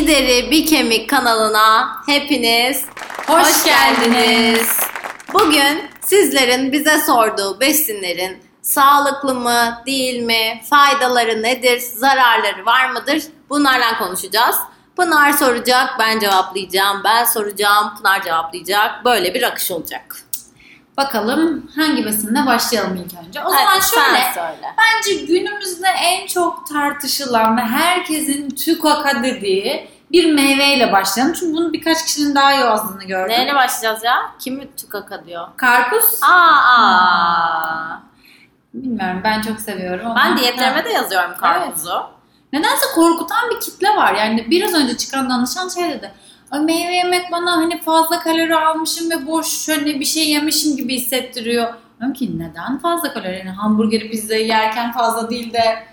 Bir Deri Bir Kemik kanalına hepiniz hoş geldiniz. Bugün sizlerin bize sorduğu besinlerin sağlıklı mı, değil mi, faydaları nedir, zararları var mıdır? Bunlarla konuşacağız. Pınar soracak, ben cevaplayacağım. Ben soracağım, Pınar cevaplayacak. Böyle bir akış olacak. Bakalım hangi besinle başlayalım ilk önce. O zaman şöyle, bence günümüzde en çok tartışılan ve herkesin tükaka dediği bir meyveyle başlayalım. Çünkü bunu birkaç kişinin daha yazdığını gördüm. Neyle başlayacağız ya? Kimi tükaka diyor? Karpuz. Bilmiyorum, ben çok seviyorum. Ama ben diyetlerime de yazıyorum karpuzu. Evet. Nedense korkutan bir kitle var. Yani biraz önce çıkan danışan şey dedi. Meyve yemek bana hani fazla kalori almışım ve boş şöyle bir şey yemişim gibi hissettiriyor. Diyorum ki neden fazla kalori? Yani hamburgeri, pizzayı yerken fazla değil de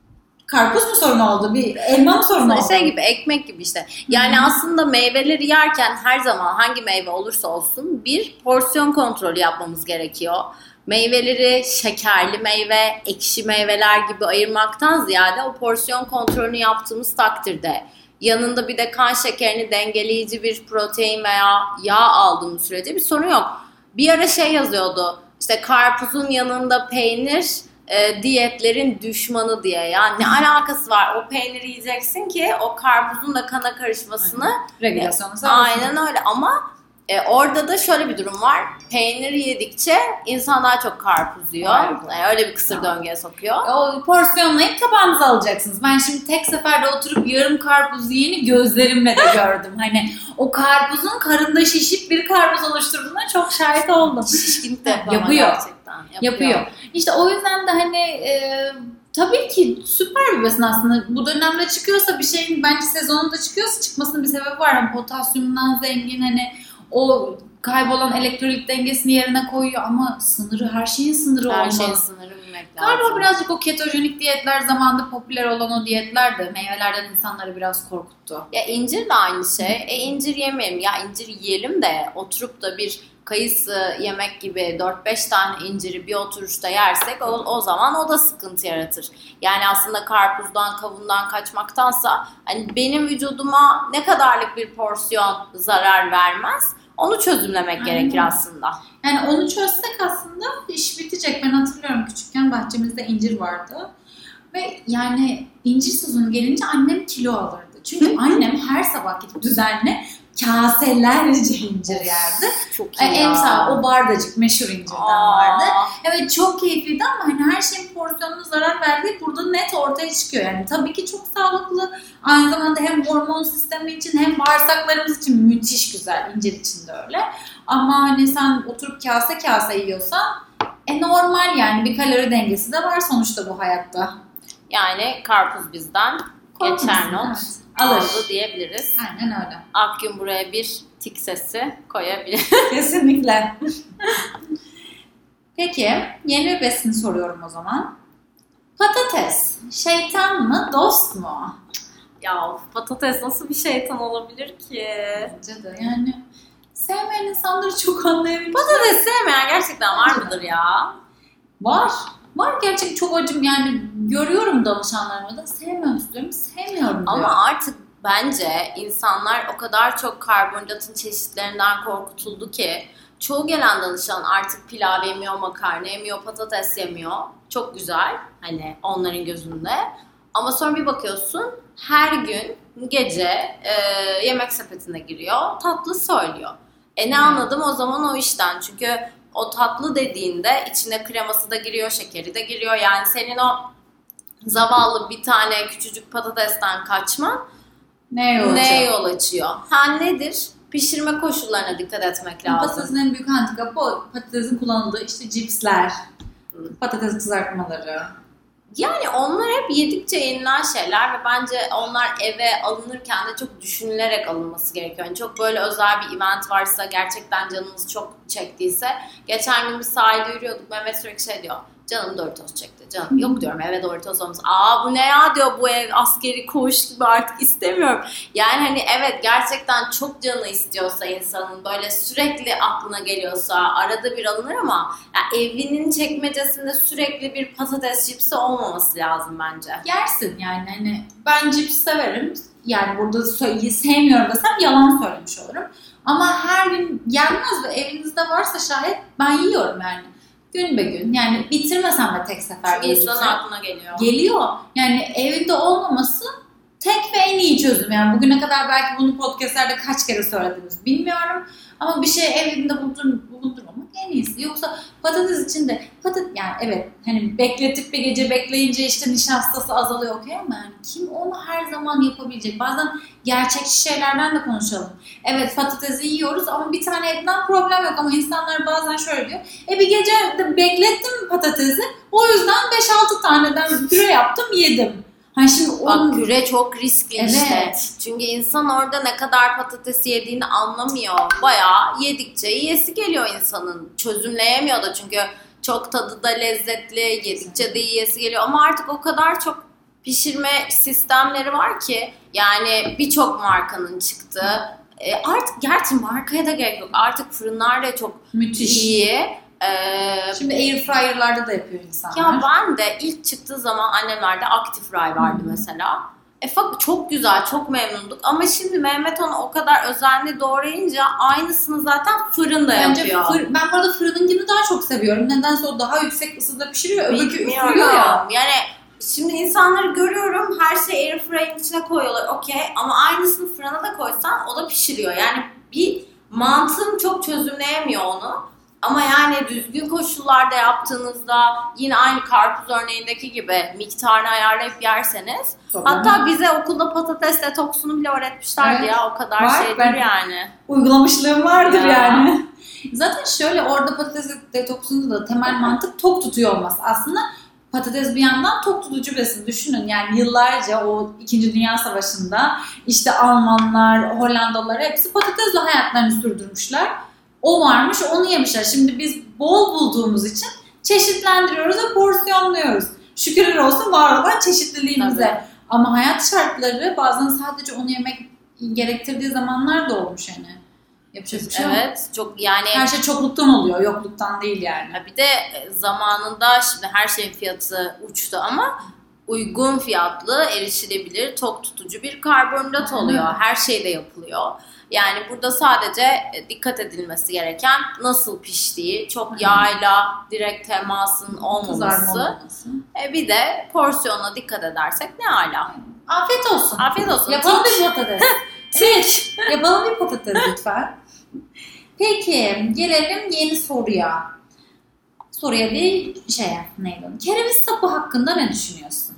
karpuz mu sorun oldu? Bir elma mı sorun oldu? Şey gibi, ekmek gibi işte. Yani aslında meyveleri yerken her zaman hangi meyve olursa olsun bir porsiyon kontrolü yapmamız gerekiyor. Meyveleri şekerli meyve, ekşi meyveler gibi ayırmaktan ziyade o porsiyon kontrolünü yaptığımız takdirde yanında bir de kan şekerini dengeleyici bir protein veya yağ aldığımız sürece bir sorun yok. Bir ara şey yazıyordu, işte karpuzun yanında peynir diyetlerin düşmanı diye. Yani ne alakası var? O peyniri yiyeceksin ki o karpuzun da kana karışmasını regülasyonu sağlasın. Aynen öyle ama orada da şöyle bir durum var. Peynir yedikçe insan daha çok karpuz yiyor. Yani öyle bir kısır döngüye sokuyor. O porsiyonlayıp tabağınıza alacaksınız. Ben şimdi tek seferde oturup yarım karpuz yiyeni gözlerimle de gördüm. Hani o karpuzun karında şişip bir karpuz oluşturduğuna çok şahit oldum. Şişkinlik de yapıyor. Gerçekten. Yapıyor. İşte o yüzden de hani tabii ki süper bir besin aslında. Bu dönemde çıkıyorsa bir şeyin, bence sezonunda çıkıyorsa çıkmasının bir sebebi var. Hani potasyumdan zengin, hani o kaybolan elektrolit dengesini yerine koyuyor ama sınırı, her şeyin sınırı olmalı. Her şeyin sınırı bilmek lazım. Galiba birazcık o ketojenik diyetler zamanında popüler olan o diyetler de meyvelerden insanları biraz korkuttu. Ya incir de aynı şey. İncir yemeyelim. Ya incir yiyelim de oturup da bir kayısı yemek gibi 4-5 tane inciri bir oturuşta yersek o zaman o da sıkıntı yaratır. Yani aslında karpuzdan, kavundan kaçmaktansa hani benim vücuduma ne kadarlık bir porsiyon zarar vermez onu çözümlemek gerekir aslında. Yani onu çözsek aslında iş bitecek. Ben hatırlıyorum küçükken bahçemizde incir vardı. Ve yani incir sezonu gelince annem kilo alırdı. Çünkü annem her sabah gidip düzenli kaselerce incir yerdi. Çok iyi Emsal, o bardacık meşhur incirden vardı. Evet, çok keyifliydi ama hani her şeyin porsiyonuna zarar verdiği burada net ortaya çıkıyor. Yani tabii ki çok sağlıklı. Aynı zamanda hem hormon sistemi için hem bağırsaklarımız için müthiş güzel. İncir için de öyle. Ama hani sen oturup kase kase yiyorsan normal, yani bir kalori dengesi de var sonuçta bu hayatta. Yani karpuz bizden geçer not. Evet. Alır diyebiliriz. Aynen öyle. Akgün buraya bir tik sesi koyabilir. Kesinlikle. Peki, yeni bir besin soruyorum o zaman. Patates, şeytan mı, dost mu? Ya patates nasıl bir şeytan olabilir ki? Bence de yani sevmeyen insanları çok anlayabilirim. Patates sevmeyen gerçekten var mıdır ya? Var. Var, gerçekten çok acım, yani görüyorum danışanlarıma da sevmiyorum diyor. Ama artık bence insanlar o kadar çok karbonhidratın çeşitlerinden korkutuldu ki çoğu gelen danışan artık pilav yemiyor, makarna yemiyor, patates yemiyor. Çok güzel hani onların gözünde. Ama sonra bir bakıyorsun her gün gece yemek sepetine giriyor, tatlı söylüyor. Ne anladım o zaman o işten, çünkü o tatlı dediğinde içine kreması da giriyor, şekeri de giriyor. Yani senin o zavallı bir tane küçücük patatesten kaçman neye yol açıyor? Nedir? Pişirme koşullarına dikkat etmek lazım. Patatesin en büyük handikapı o. Patatesin kullanıldığı işte cipsler, patates kızartmaları. Yani onlar hep yedikçe yenilen şeyler ve bence onlar eve alınırken de çok düşünülerek alınması gerekiyor. Yani çok böyle özel bir event varsa, gerçekten canımız çok çektiyse. Geçen gün bir sahilde yürüyorduk, Mehmet sürekli şey diyor. Canım Doritos çekti. Canım yok diyorum, eve Doritos olmaz. Bu ne ya diyor, bu ev askeri koğuş gibi, artık istemiyorum. Yani hani evet, gerçekten çok canı istiyorsa insanın, böyle sürekli aklına geliyorsa arada bir alınır ama yani evinin çekmecesinde sürekli bir patates cipsi olmaması lazım bence. Yersin yani, hani ben cips severim. yani burada sevmiyorum desem yalan söylemiş olurum. Ama her gün gelmez ve evinizde varsa şayet ben yiyorum yani. Gün be gün. Yani bitirmesem de tek sefer. İnsanın aklına geliyor. Geliyor. Yani evinde olmaması tek ve en iyi çözüm. Yani bugüne kadar belki bunu podcastlerde kaç kere söylediniz bilmiyorum. Ama bir şey evinde bulundurmamak en iyisi. Yoksa patates için de yani evet hani bekletip bir gece bekleyince işte nişastası azalıyor okey ama yani kim onu her zaman yapabilecek? Bazen gerçekçi şeylerden de konuşalım. Evet patatesi yiyoruz ama bir tane etten problem yok ama insanlar bazen şöyle diyor. Bir gece de beklettim patatesi o yüzden 5-6 taneden püre yaptım yedim. Şimdi bak püre çok riskli işte. Çünkü insan orada ne kadar patates yediğini anlamıyor. Bayağı yedikçe yiyesi geliyor insanın. Çözümleyemiyor da çünkü çok tadı da lezzetli, yedikçe de yiyesi geliyor. Ama artık o kadar çok pişirme sistemleri var ki yani birçok markanın çıktı. Artık gerçi markaya da gerek yok. Artık fırınlar da çok müthiş iyi. Şimdi airfryer'larda da yapıyor insanlar. Ya ben de ilk çıktığı zaman annemlerde Actifry vardı mesela. Çok güzel, çok memnunduk. Ama şimdi Mehmet onu o kadar özenli doğrayınca aynısını zaten fırında yapıyor. Ben bu arada fırınınkini daha çok seviyorum. Nedense o daha yüksek ısıda pişiriyor. Öbürkü üflüyor ya. Yani şimdi insanları görüyorum her şeyi airfryer'in içine koyuyorlar okey. Ama aynısını fırına da koysan o da pişiriyor. Yani bir mantığım çok çözümleyemiyor onu. Ama yani düzgün koşullarda yaptığınızda yine aynı karpuz örneğindeki gibi miktarını ayarlayıp yerseniz hatta bize okulda patates detoksunu bile öğretmişlerdi ya o kadar şeydir yani. Uygulamışlığım vardır yani. Zaten şöyle orada patates detoksunda da temel mantık tok tutuyor olması. Aslında patates bir yandan tok tutucu besin. Düşünün yani yıllarca o 2. Dünya Savaşı'nda işte Almanlar, Hollandalılar hepsi patatesle hayatlarını sürdürmüşler. O varmış, onu yemişler. Şimdi biz bol bulduğumuz için çeşitlendiriyoruz ve porsiyonluyoruz. Şükürler olsun var olan çeşitliliğimize. Tabii. Ama hayat şartları bazen sadece onu yemek gerektirdiği zamanlar da olmuş yani. Yapacak bir şey yok. Evet, çok yani her şey çokluktan oluyor, yokluktan değil yani. Bir de zamanında şimdi her şeyin fiyatı uçtu ama uygun fiyatlı, erişilebilir, tok tutucu bir karbonhidrat oluyor. Her şeyde yapılıyor. Yani burada sadece dikkat edilmesi gereken nasıl piştiği, çok yağla direkt temasın olmaması. Bir de porsiyona dikkat edersek ne ala. Afiyet olsun. Afiyet olsun. Yapalım bir patates. Evet, yapalım bir patates lütfen. Peki, gelelim yeni soruya. Soruya bir neydi? Kereviz sapı hakkında ne düşünüyorsun?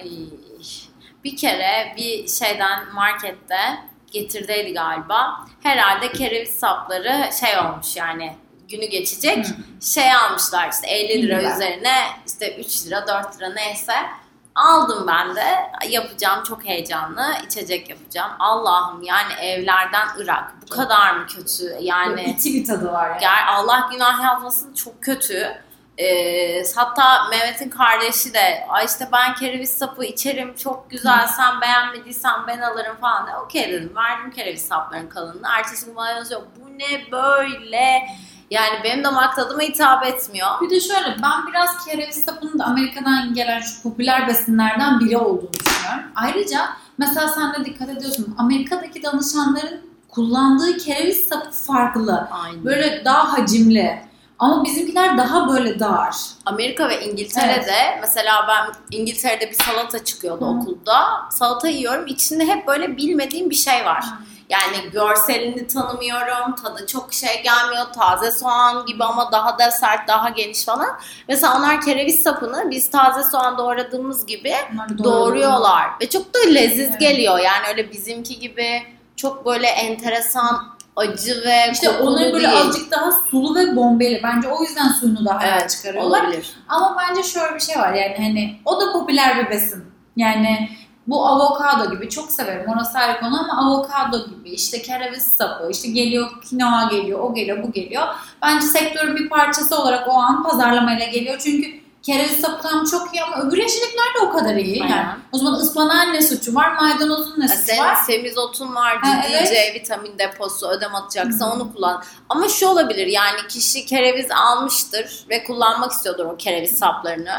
Bir kere bir markette getirdiydi galiba. Herhalde kereviz sapları olmuş yani günü geçecek. Almışlar işte 50 lira üzerine işte 3 lira 4 lira neyse. Aldım ben de yapacağım çok heyecanlı içecek yapacağım. Allah'ım yani evlerden Irak bu kadar mı kötü yani. İti bir tadı var yani. Allah günah yazmasın çok kötü. Hatta Mehmet'in kardeşi de işte ben kereviz sapı içerim çok güzel sen beğenmediysen ben alırım falan de okey dedim verdim kereviz saplarının kalınlığını ertesi gün bana yazıyor bu ne böyle yani benim damak tadıma hitap etmiyor. Bir de şöyle ben biraz kereviz sapının da Amerika'dan gelen şu popüler besinlerden biri olduğunu düşünüyorum. Ayrıca mesela sen de dikkat ediyorsun Amerika'daki danışanların kullandığı kereviz sapı farklı. Aynen. Böyle daha hacimli. Ama bizimkiler daha böyle dar. Amerika ve İngiltere'de mesela ben İngiltere'de bir salata çıkıyordu okulda. Salata yiyorum. İçinde hep böyle bilmediğim bir şey var. Yani görselini tanımıyorum. Tadı çok gelmiyor. Taze soğan gibi ama daha da sert, daha geniş falan. Mesela onlar kereviz sapını biz taze soğan doğradığımız gibi doğruyorlar. Ve çok da leziz geliyor. Yani öyle bizimki gibi çok böyle enteresan acı ve işte onları böyle azıcık daha sulu ve bombeli. Bence o yüzden suyunu daha çıkarıyorlar. Olabilir. Ama bence şöyle bir şey var yani hani o da popüler bir besin. Yani bu avokado gibi çok severim. Orası ayrı konu ama avokado gibi işte kereviz sapı işte geliyor kinoa geliyor o geliyor bu geliyor. Bence sektörün bir parçası olarak o an pazarlamayla geliyor. Çünkü kereviz sapı tam çok iyi ama öbür yeşillikler de o kadar iyi. Yani. O zaman ıspanağın ne suçu var, maydanozun ne suçu var? Semizotun var, ciddi C vitamin deposu ödem atacaksa onu kullan. Ama şu olabilir yani kişi kereviz almıştır ve kullanmak istiyordur o kereviz saplarını.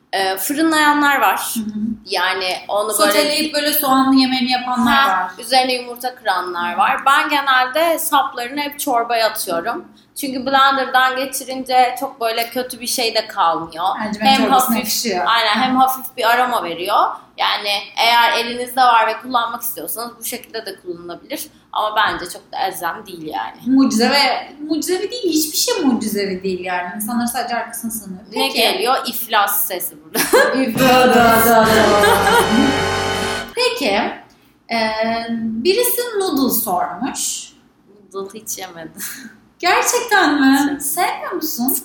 Fırınlayanlar var. Yani onu soteleyip böyle soğanlı yemeğini yapanlar var. Üzerine yumurta kıranlar var. Ben genelde saplarını hep çorbaya atıyorum. Çünkü blenderdan geçirince çok böyle kötü bir şey de kalmıyor. Hem hafif, hem hafif bir aroma veriyor. Yani eğer elinizde var ve kullanmak istiyorsanız bu şekilde de kullanılabilir. Ama bence çok da elzem değil yani. Mucizevi değil. Hiçbir şey mucizevi değil yani. İnsanlar sadece arkasını sanıyor. Ne geliyor? İflas sesi burada. Peki. Birisi noodle sormuş. Noodle hiç yemedim. Gerçekten mi? Sevmiyor musun?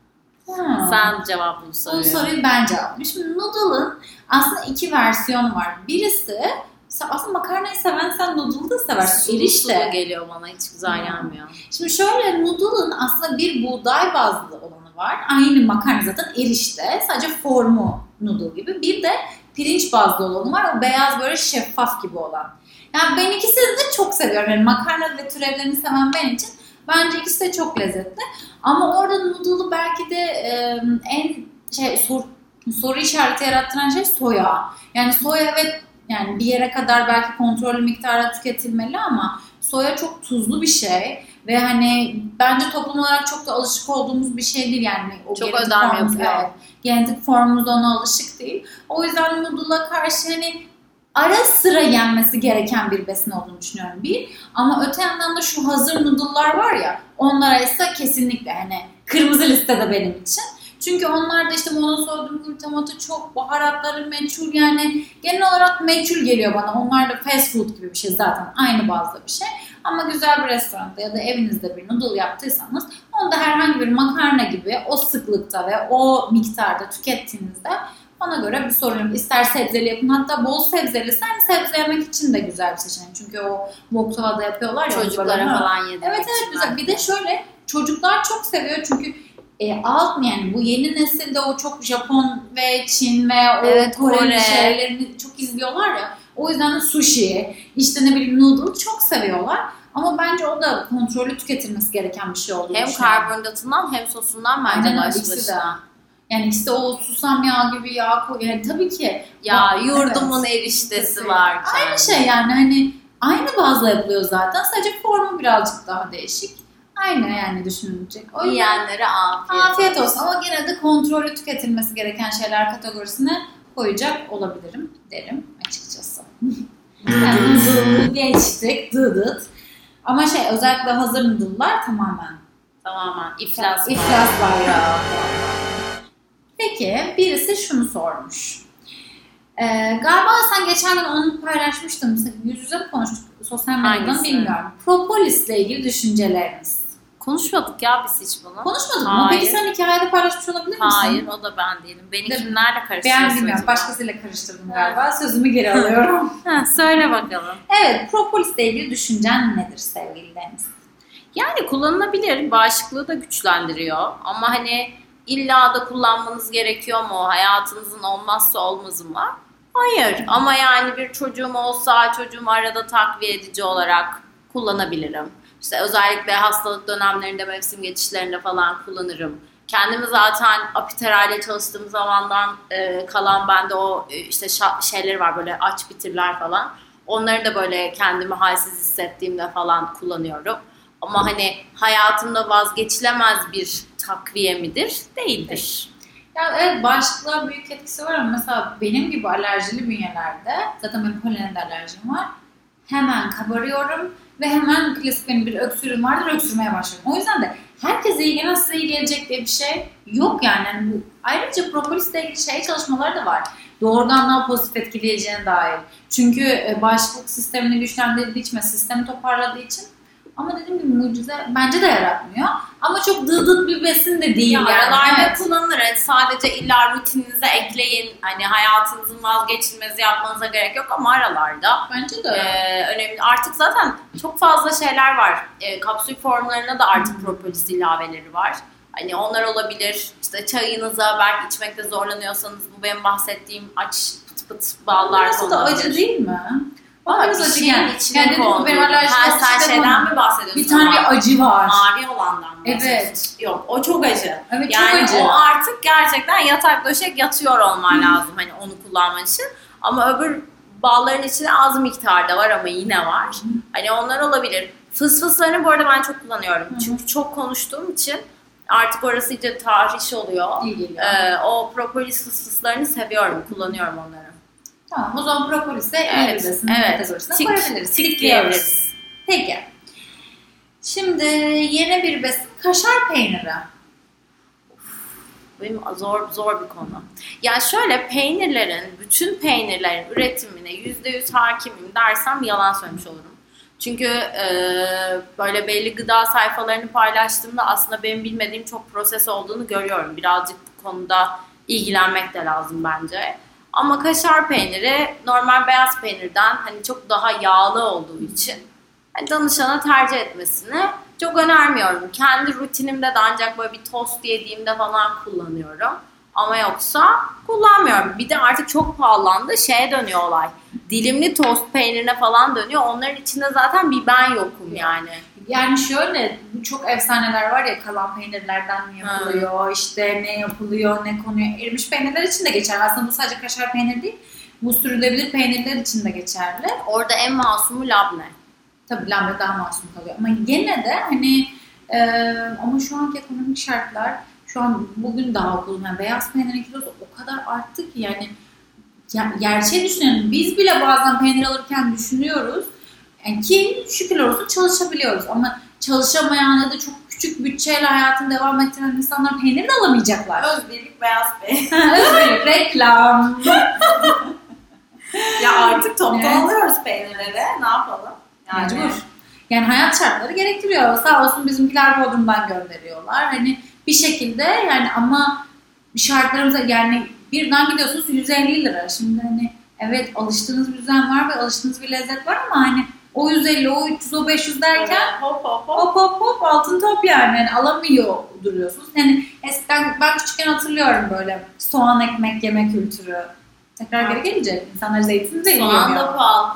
Sen cevabını soruyor. Bu soruyu ben cevaplayayım. Şimdi noodle'ın aslında 2 versiyonu var. Birisi aslında makarnayı seven sen noodle'ı da seversin. Sulu geliyor bana. Hiç güzel gelmiyor. Şimdi şöyle noodle'ın aslında bir buğday bazlı olanı var. Aynı makarna zaten erişte. Sadece formu noodle gibi. Bir de pirinç bazlı olanı var. O beyaz böyle şeffaf gibi olan. Yani ben ikisini de çok seviyorum. Yani makarna ve türevlerini seven ben için. Bence ikisi de çok lezzetli. Ama orada noodle'ı belki de en soru işareti yarattıran şey soya. Yani soya evet yani bir yere kadar belki kontrollü miktarda tüketilmeli ama soya çok tuzlu bir şey. Ve hani bence toplum olarak çok da alışık olduğumuz bir şey değil yani. O çok ödem yapıyor. Evet, genetik formumuz ona alışık değil. O yüzden noodle'a karşı hani ara sıra yenmesi gereken bir besin olduğunu düşünüyorum bir. Ama öte yandan da şu hazır noodle'lar var ya onlara ise kesinlikle hani kırmızı listede benim için. Çünkü onlar da işte monosodyum glutamatı çok, baharatları meçhul yani genel olarak meçhul geliyor bana. Onlar da fast food gibi bir şey zaten aynı bazda bir şey. Ama güzel bir restoranda ya da evinizde bir noodle yaptıysanız onu da herhangi bir makarna gibi o sıklıkta ve o miktarda tükettiğinizde bana göre bir sorun yok. İster sebzeli yapın. Hatta bol sebzeli. Sen sebze yemek için de güzel bir seçenek. Çünkü o Boktuva'da yapıyorlar ya. Çocuklara falan yedirmek evet güzel. Bir de şöyle çocuklar çok seviyor. Çünkü yani bu yeni nesilde o çok Japon ve Çin ve o Kore şeylerini çok izliyorlar ya. O yüzden de sushi, işte ne bileyim noodle çok seviyorlar. Ama bence o da kontrollü tüketilmesi gereken bir şey olduğunu hem karbonhidratından hem sosundan bence başlı. Yani ikisi o susam yağı gibi yağ koyuyor. Yani tabii ki. Ya yurdumun eriştesi var. Aynı şey yani hani aynı bazla yapılıyor zaten. Sadece formu birazcık daha değişik. Aynı yani düşünülecek. O yiyenlere afiyet olsun. Ama gene de kontrollü tüketilmesi gereken şeyler kategorisine koyacak olabilirim derim açıkçası. Yani geçtik. Dıdıt. Ama özellikle hazır noodle'lar tamamen iflas var ya. Peki birisi şunu sormuş. Galiba sen geçen gün onu paylaşmıştın. Yüz yüze mi konuştuk? Sosyal medyadan bilmiyorum. Propolisle ilgili düşünceleriniz. Konuşmadık ya biz hiç bunu. Konuşmadık mı? Peki sen hikayede paylaşmış olabilir misin? Hayır o da ben değilim. Beni kimlerle karıştırıyorsun? Ben bilmiyorum. Başkasıyla karıştırdım galiba. Sözümü geri alıyorum. Söyle bakalım. Evet. Propolisle ilgili düşüncen nedir sevgili Deniz? Yani kullanılabilir. Bağışıklığı da güçlendiriyor. Ama hani illa da kullanmanız gerekiyor mu? Hayatınızın olmazsa olmazı mı? Hayır. Ama yani bir çocuğum olsa çocuğumu arada takviye edici olarak kullanabilirim. İşte özellikle hastalık dönemlerinde, mevsim geçişlerinde falan kullanırım. Kendimi zaten apiterale çalıştığım zamandan kalan bende o işte şeyleri var böyle aç bitirler falan. Onları da böyle kendimi halsiz hissettiğimde falan kullanıyorum. Ama hani hayatımda vazgeçilemez bir takviye midir? Değildir. Yani evet bağışıklığa büyük etkisi var ama mesela benim gibi alerjili bünyelerde zaten benim polene de alerjim var. Hemen kabarıyorum ve hemen klasik benim bir öksürüğüm vardır, öksürmeye başlıyorum. O yüzden de herkese iyi gelen size iyi gelecek diye bir şey yok yani. Ayrıca propolisle ilgili çalışmaları da var. Doğrudan daha pozitif etkileyeceğine dair. Çünkü bağışıklık sistemini güçlendirdiği için ve sistemi toparladığı için. Ama dediğim gibi mucize bence de yaratmıyor. Ama çok dıdıt bir besin de değil. Aralarda kullanılır. Yani sadece illa rutininize ekleyin. Hani hayatınızın vazgeçilmezi yapmanıza gerek yok ama aralarda. Bence de önemli. Artık zaten çok fazla şeyler var. Kapsül formlarına da artık propolis ilaveleri var. Hani onlar olabilir. İşte çayınıza belki içmekte zorlanıyorsanız bu benim bahsettiğim aç pıt pıt ballar konulabilir. Burası da acı değil mi? Bağırız acı yani. Yani dedim ki benim alerjim yok. Sen şeyden mi bahsediyorsun? Bir tane bir acı var. Mavi olandan mı? Evet. Yok, o çok acı. Evet, yani çok acı. o artık gerçekten yatak döşek yatıyor olman lazım hani onu kullanman için. Ama öbür balların içinde az miktarda var ama yine var. Hani onlar olabilir. Fısfıslarını bu arada ben çok kullanıyorum. Çünkü çok konuştuğum için artık orası iyice tahriş oluyor. O propolis fısfıslarını seviyorum, kullanıyorum onları. Tamam, o zaman propolis'e evet, kategorisine koyabiliriz. Tik diyebiliriz. Peki. Şimdi yeni bir besin kaşar peyniri. Benim zor bir konu. Ya şöyle bütün peynirlerin üretimine %100 hakimim dersem yalan söylemiş olurum. Çünkü böyle belli gıda sayfalarını paylaştığımda aslında benim bilmediğim çok proses olduğunu görüyorum. Birazcık bu konuda ilgilenmek de lazım bence. Ama kaşar peyniri normal beyaz peynirden hani çok daha yağlı olduğu için hani danışana tercih etmesini çok önermiyorum. Kendi rutinimde de ancak böyle bir tost yediğimde falan kullanıyorum. Ama yoksa kullanmıyorum. Bir de artık çok pahalandı. Şeye dönüyor olay. Dilimli tost peynirine falan dönüyor. Onların içinde zaten bir ben yokum yani. Yani şöyle çok efsaneler var ya, kalan peynirlerden mi yapılıyor, işte ne yapılıyor, ne konuyor. Erimiş peynirler için de geçerli. Aslında bu sadece kaşar peynir değil. Bu sürülebilir peynirler için de geçerli. Orada en masumu labne. Tabii labne daha masum kalıyor. Ama gene de hani ama şu anki ekonomik şartlar, şu an bugün daha okudum. Yani beyaz peynirin kilosu o kadar arttı ki yani gerçeği düşünelim. Biz bile bazen peynir alırken düşünüyoruz. Yani ki şükür olsun çalışabiliyoruz. Ama çalışamayan ya da çok küçük bütçeyle hayatını devam ettiren insanlar peynir de alamayacaklar. Özbirlik beyaz peynir. Özbirlik reklam. Ya artık toptan alıyoruz peynirleri. Ne yapalım? Mecbur. Yani hayat şartları gerektiriyor. Sağ olsun bizimkiler Bodrum'dan gönderiyorlar. Hani bir şekilde yani ama şartlarımıza yani birden gidiyorsunuz 150 lira. Şimdi hani evet alıştığınız bir düzen var ve alıştığınız bir lezzet var ama hani o 150, o 300, o 500 derken hop altın top yani alamıyor duruyorsunuz. Yani eskiden ben küçükken hatırlıyorum böyle soğan ekmek yeme kültürü. Tekrar geri gelecek. İnsanlar zeytin de yiyemiyor. Soğan da pahalı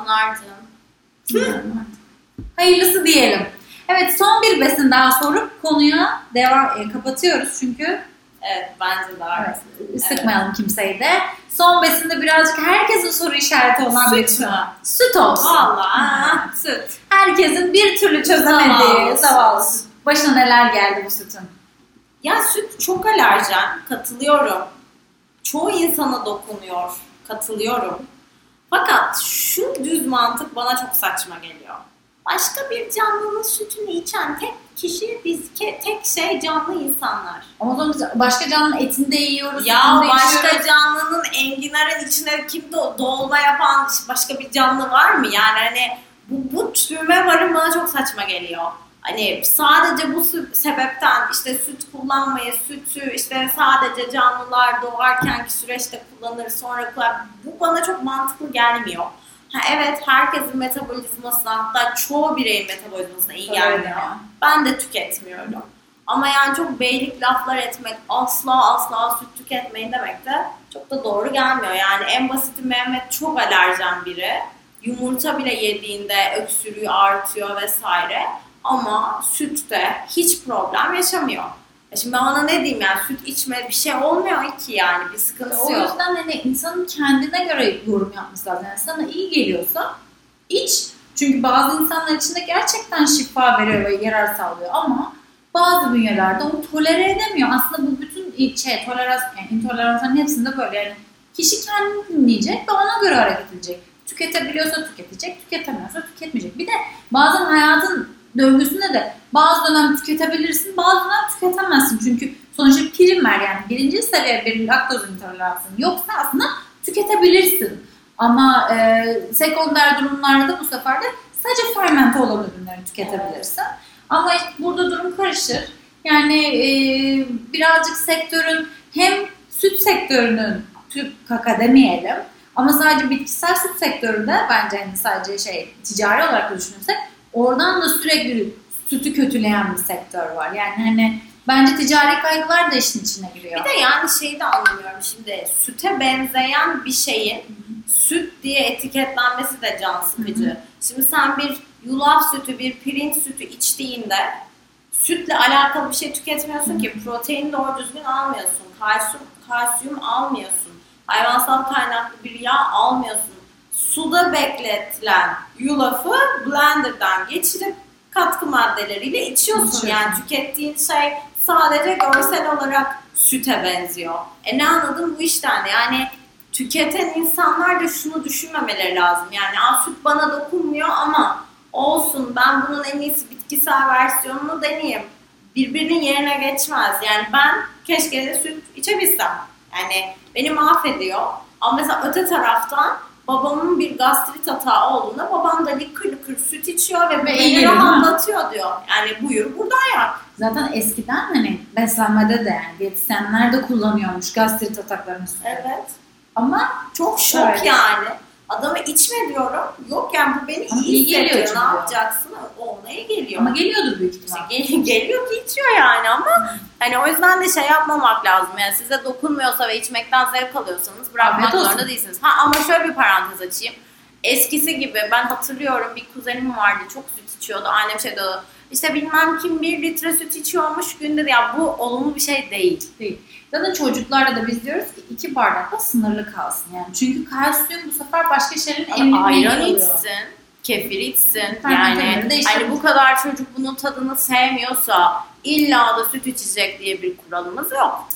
Pınar'cığım. Hayırlısı diyelim. Evet, son bir besin daha sorup konuya kapatıyoruz çünkü evet bence de evet, sıkmayalım kimseyi de. Son besinde birazcık herkesin soru işareti olan bir süt mü? Süt olsun. Valla süt. Herkesin bir türlü çözemediği zavallı süt. Başına neler geldi bu sütün? Ya süt çok alerjen. Katılıyorum. Çoğu insana dokunuyor. Katılıyorum. Fakat şu düz mantık bana çok saçma geliyor. Başka bir canlının sütünü içen tek kişi tek şey canlı insanlar. Ama o zaman başka canlının etini de yiyoruz. Ya başka canlının enginarın içine kim dolma yapan başka bir canlı var mı? Yani hani bu tüme varım bana çok saçma geliyor. Hani sadece bu sebepten işte süt kullanmayı, sütü işte sadece canlılar doğarkenki süreçte kullanır sonra bu bana çok mantıklı gelmiyor. Evet herkesin metabolizmasına hatta çoğu bireyin metabolizmasına iyi gelmiyor. Ben de tüketmiyorum. Ama yani çok beylik laflar etmek, asla süt tüketmeyin demek de çok da doğru gelmiyor. Yani en basiti Mehmet çok alerjen biri. Yumurta bile yediğinde öksürüğü artıyor vesaire. Ama sütte hiç problem yaşamıyor. Şimdi ben ona ne diyeyim yani süt içme bir şey olmuyor ki yani bir sıkıntısı yok. O yüzden hani insanın kendine göre yorum yapması lazım. Yani sana iyi geliyorsa iç. Çünkü bazı insanlar için de gerçekten şifa veriyor ve yarar sağlıyor ama bazı bünyelerde onu tolere edemiyor. Aslında bu bütün tolerans, yani intoleranların hepsinde böyle yani kişi kendini dinleyecek ve ona göre hareket edecek. Tüketebiliyorsa tüketecek, tüketemiyorsa tüketmeyecek. Bir de bazen hayatın döngüsünde de bazı dönem tüketebilirsin, bazı dönem tüketemezsin. Çünkü sonuçta prim var yani birinci seviye bir laktoz intoleransın yoksa aslında tüketebilirsin. Ama sekonder durumlarda da bu sefer de sadece fermente olan ürünleri tüketebilirsin. Ama işte burada durum karışır. Yani birazcık sektörün hem süt sektörünün kaka demeyelim ama sadece bitkisel süt sektöründe bence hani sadece ticari olarak da düşünürsek oradan da sürekli sütü kötüleyen bir sektör var. Yani hani bence ticari kaygılar da işin içine giriyor. Bir de yani şeyi de anlamıyorum şimdi süte benzeyen bir şeyin süt diye etiketlenmesi de can sıkıcı. Şimdi sen bir yulaf sütü, bir pirinç sütü içtiğinde sütle alakalı bir şey tüketmiyorsun ki. Protein doğru düzgün almıyorsun. Kalsiyum almıyorsun. Hayvansal kaynaklı bir yağ almıyorsun. Suda bekletilen yulafı blenderdan geçirip katkı maddeleriyle içiyorsun. Yani tükettiğin şey sadece görsel olarak süte benziyor. Ne anladım bu işten? Yani tüketen insanlar da şunu düşünmemeleri lazım. Yani süt bana dokunmuyor ama olsun, ben bunun en iyisi bitkisel versiyonunu deneyeyim. Birbirinin yerine geçmez. Yani ben keşke de süt içebilsem. Yani beni mahvediyor. Ama mesela öte taraftan babamın bir gastrit hata olduğunda babam da lıkır lıkır süt içiyor ve beni rahatlatıyor diyor. Yani buyur buradan yap. Zaten eskiden hani beslenmede de yani diyetisyenler de kullanıyormuş gastrit ataklarını sütü. Evet. Ama çok şok yani. Adama içme diyorum. Yok yani bu beni iyi hissediyor. Ne yapacaksın? O ona iyi geliyor. Ama geliyordur büyük ihtimal. Geliyor ki içiyor yani ama hani o yüzden de şey yapmamak lazım. Yani size dokunmuyorsa ve içmekten zevk alıyorsanız bırakmak zorunda değilsiniz. Ama şöyle bir parantez açayım. Eskisi gibi ben hatırlıyorum, bir kuzenim vardı, çok süt içiyordu. Annem şey diyordu. İşte bilmem kim 1 litre süt içiyormuş günde. Ya bu olumlu bir şey değil. Zaten çocuklarla da biz diyoruz ki 2 bardakla sınırlı kalsın yani. Çünkü kalsiyum bu sefer başka şeylerin emrinden ayran içsin, kefir içsin. Yani bu kadar çocuk bunun tadını sevmiyorsa illa da süt içecek diye bir kuralımız yok.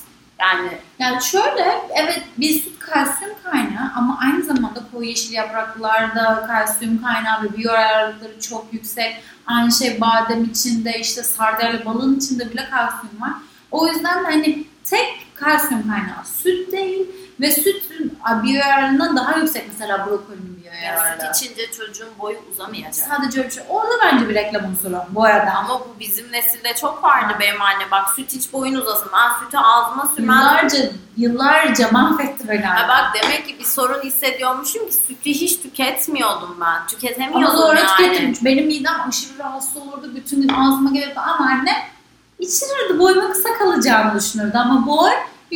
Yani şöyle, evet bir süt kalsiyum kaynağı ama aynı zamanda koyu yeşil yapraklarda kalsiyum kaynağı ve biyoyararlıkları çok yüksek. Aynı şey badem içinde, işte sardalya balın içinde bile kalsiyum var. O yüzden de hani tek kalsiyum kaynağı süt değil ve sütün biyoyararlığından daha yüksek mesela brokolinin biyoyararlığı. Süt içince çocuğun boyu uzamayacak. Sadece öyle. Orada bence bir reklam unsuru bu arada. Ama bu bizim nesilde çok vardı benim anne. Bak süt iç boyun uzasın. Ben sütü ağzıma sürmem. Yıllarca mahvetti beni. Bak demek ki bir sorun hissediyormuşum ki sütü hiç tüketmiyordum ben. Tüketemiyordum ama sonra tükettim. Benim midem aşırı rahatsız olurdu. Bütün gün ağzıma gelirdi ama anne içirirdi. Boyuma kısa kalacağını düşünürdü ama boy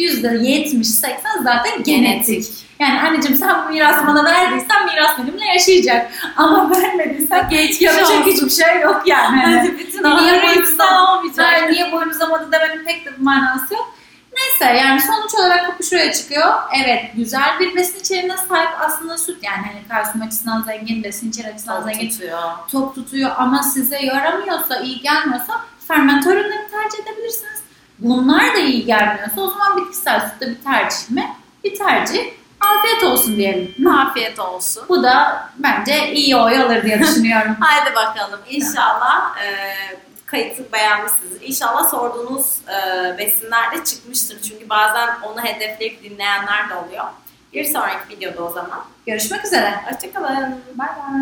%70-80 zaten genetik. Yani anneciğim sen bu mirası bana verdiysen miras benimle yaşayacak. Ama vermediysen yapacak hiçbir şey yok yani. Hadi bütün olmayacak. Niye boyun uzamadı demenin pek de bir manası yok. Neyse yani sonuç olarak kapı şuraya çıkıyor. Evet güzel bir besin içeriğine sahip aslında süt. Yani hani kalsiyum açısından zengin, besin içeriği açısından zengin. Tok tutuyor ama size yaramıyorsa, iyi gelmiyorsa fermente ürünleri tercih edebilirsiniz. Bunlar da iyi gelmiyorsa o zaman bitkisel sütte bir tercih mi? Bir tercih. Afiyet olsun diyelim. Afiyet olsun. Bu da bence iyi oy alır diye düşünüyorum. Haydi bakalım. İnşallah kayıtı beğenmişsinizdir. İnşallah sorduğunuz besinler de çıkmıştır. Çünkü bazen onu hedefleyip dinleyenler de oluyor. Bir sonraki videoda o zaman. Görüşmek üzere. Hoşçakalın. Bye bye.